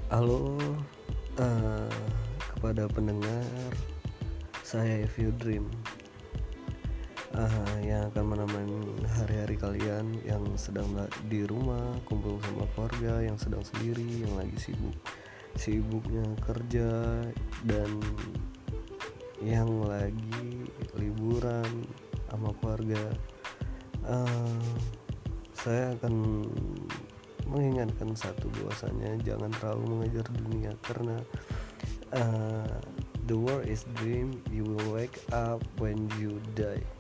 Halo, eh, kepada pendengar, saya If Dream, yang akan menemani hari-hari kalian yang sedang di rumah, kumpul sama keluarga, yang sedang sendiri, yang lagi sibuknya kerja, dan yang lagi liburan sama keluarga. Eh, saya akan mengingatkan satu, bahwasanya jangan terlalu mengejar dunia, karena uh, the world is dream, you will wake up when you die.